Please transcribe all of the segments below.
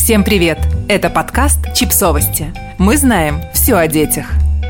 Всем привет! Это подкаст «Чипсовости». Мы знаем все о детях.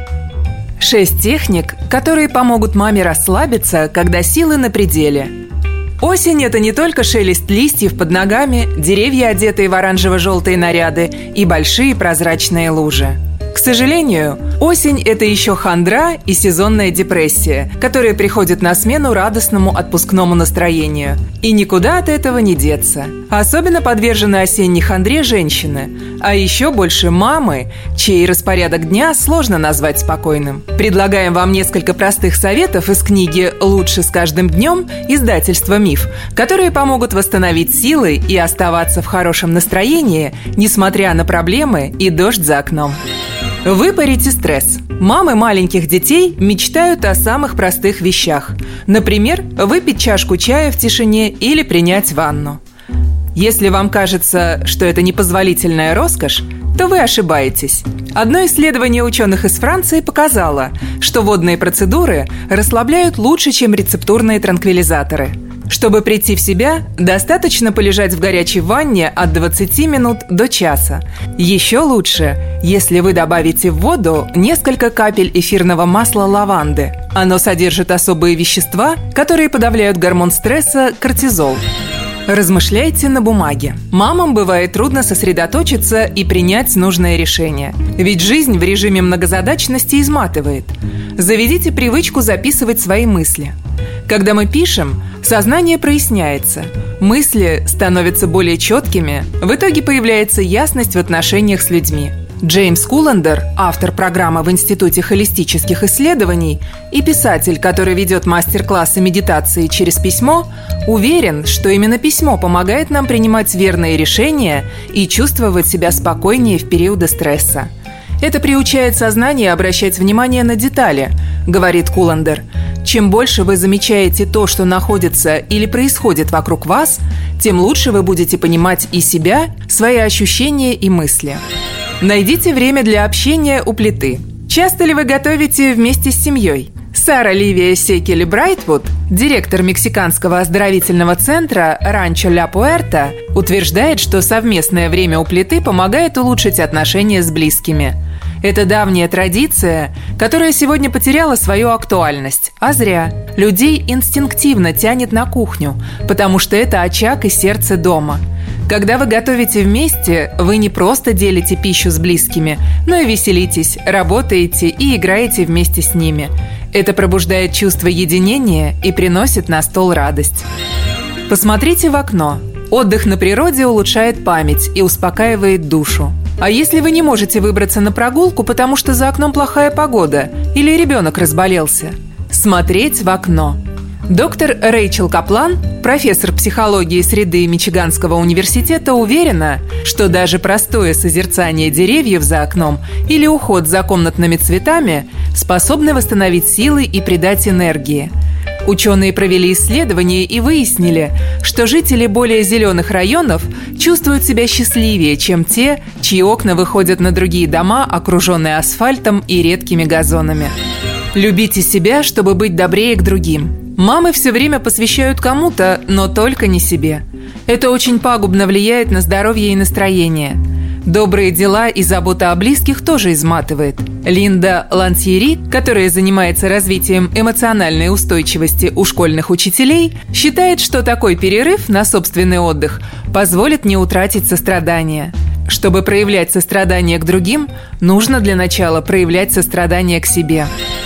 6 техник, которые помогут маме расслабиться, когда силы на пределе. Осень – это не только шелест листьев под ногами, деревья, одетые в оранжево-желтые наряды, и большие прозрачные лужи. К сожалению, осень – это еще хандра и сезонная депрессия, которые приходят на смену радостному отпускному настроению. И никуда от этого не деться. Особенно подвержены осенней хандре женщины, а еще больше мамы, чей распорядок дня сложно назвать спокойным. Предлагаем вам несколько простых советов из книги «Лучше с каждым днем» издательства «Миф», которые помогут восстановить силы и оставаться в хорошем настроении, несмотря на проблемы и дождь за окном. Выпарите стресс. Мамы маленьких детей мечтают о самых простых вещах. Например, выпить чашку чая в тишине или принять ванну. Если вам кажется, что это непозволительная роскошь, то вы ошибаетесь. Одно исследование ученых из Франции показало, что водные процедуры расслабляют лучше, чем рецептурные транквилизаторы. Чтобы прийти в себя, достаточно полежать в горячей ванне от 20 минут до часа. Еще лучше, если вы добавите в воду несколько капель эфирного масла лаванды. Оно содержит особые вещества, которые подавляют гормон стресса – кортизол. Размышляйте на бумаге. Мамам бывает трудно сосредоточиться и принять нужное решение. Ведь жизнь в режиме многозадачности изматывает. Заведите привычку записывать свои мысли. Когда мы пишем, сознание проясняется, мысли становятся более четкими, в итоге появляется ясность в отношениях с людьми. Джеймс Куландер, автор программы в Институте холистических исследований и писатель, который ведет мастер-классы медитации через письмо, уверен, что именно письмо помогает нам принимать верные решения и чувствовать себя спокойнее в периоды стресса. Это приучает сознание обращать внимание на детали, говорит Куландер. Чем больше вы замечаете то, что находится или происходит вокруг вас, тем лучше вы будете понимать и себя, свои ощущения и мысли. Найдите время для общения у плиты. Часто ли вы готовите вместе с семьей? Сара Ливия Секели Брайтвуд, директор мексиканского оздоровительного центра Ранчо Ля Пуэрта, утверждает, что совместное время у плиты помогает улучшить отношения с близкими. Это давняя традиция, которая сегодня потеряла свою актуальность. А зря. Людей инстинктивно тянет на кухню, потому что это очаг и сердце дома. Когда вы готовите вместе, вы не просто делите пищу с близкими, но и веселитесь, работаете и играете вместе с ними. Это пробуждает чувство единения и приносит на стол радость. Посмотрите в окно. Отдых на природе улучшает память и успокаивает душу. А если вы не можете выбраться на прогулку, потому что за окном плохая погода или ребенок разболелся? Смотреть в окно. Доктор Рэйчел Каплан, профессор психологии среды Мичиганского университета, уверена, что даже простое созерцание деревьев за окном или уход за комнатными цветами способны восстановить силы и придать энергии. Ученые провели исследования и выяснили, что жители более зеленых районов чувствуют себя счастливее, чем те, чьи окна выходят на другие дома, окруженные асфальтом и редкими газонами. Любите себя, чтобы быть добрее к другим. Мамы все время посвящают кому-то, но только не себе. Это очень пагубно влияет на здоровье и настроение. Добрые дела и забота о близких тоже изматывает. Линда Лансьери, которая занимается развитием эмоциональной устойчивости у школьных учителей, считает, что такой перерыв на собственный отдых позволит не утратить сострадание. Чтобы проявлять сострадание к другим, нужно для начала проявлять сострадание к себе.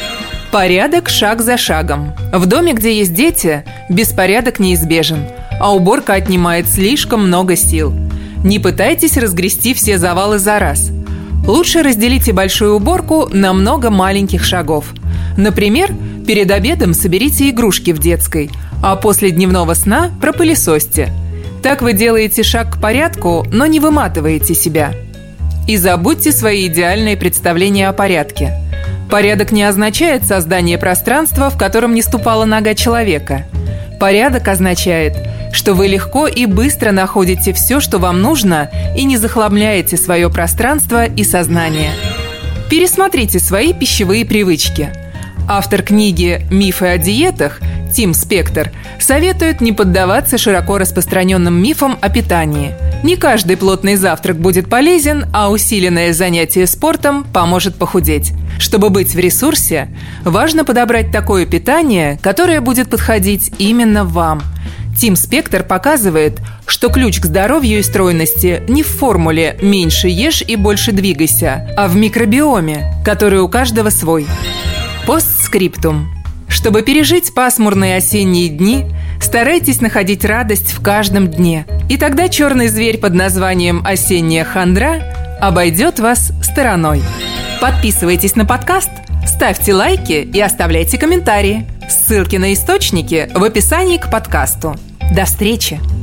Порядок шаг за шагом. В доме, где есть дети, беспорядок неизбежен, а уборка отнимает слишком много сил. Не пытайтесь разгрести все завалы за раз. Лучше разделите большую уборку на много маленьких шагов. Например, перед обедом соберите игрушки в детской, а после дневного сна пропылесосьте. Так вы делаете шаг к порядку, но не выматываете себя. И забудьте свои идеальные представления о порядке. Порядок не означает создание пространства, в котором не ступала нога человека. Порядок означает, что вы легко и быстро находите все, что вам нужно, и не захламляете свое пространство и сознание. Пересмотрите свои пищевые привычки. Автор книги «Мифы о диетах» Тим Спектор советует не поддаваться широко распространенным мифам о питании. Не каждый плотный завтрак будет полезен, а усиленное занятие спортом поможет похудеть. Чтобы быть в ресурсе, важно подобрать такое питание, которое будет подходить именно вам. Team Spector показывает, что ключ к здоровью и стройности не в формуле «меньше ешь и больше двигайся», а в микробиоме, который у каждого свой. Постскриптум. Чтобы пережить пасмурные осенние дни, старайтесь находить радость в каждом дне. И тогда черный зверь под названием «Осенняя хандра» обойдет вас стороной. Подписывайтесь на подкаст, ставьте лайки и оставляйте комментарии. Ссылки на источники в описании к подкасту. До встречи!